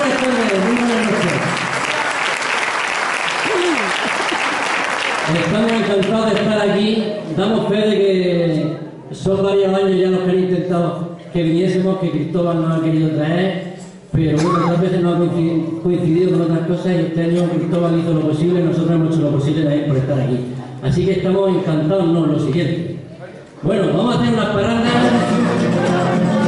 buenas tardes, muy buenas noches. Estamos encantados de estar aquí. Damos fe de que son varios años ya los que han intentado que viniésemos, que Cristóbal nos ha querido traer, pero bueno, otras veces no ha coincidido con otras cosas y este año Cristóbal hizo lo posible y nosotros hemos hecho lo posible también por estar aquí. Así que estamos encantados, no, lo siguiente. Bueno, vamos a hacer unas parandas.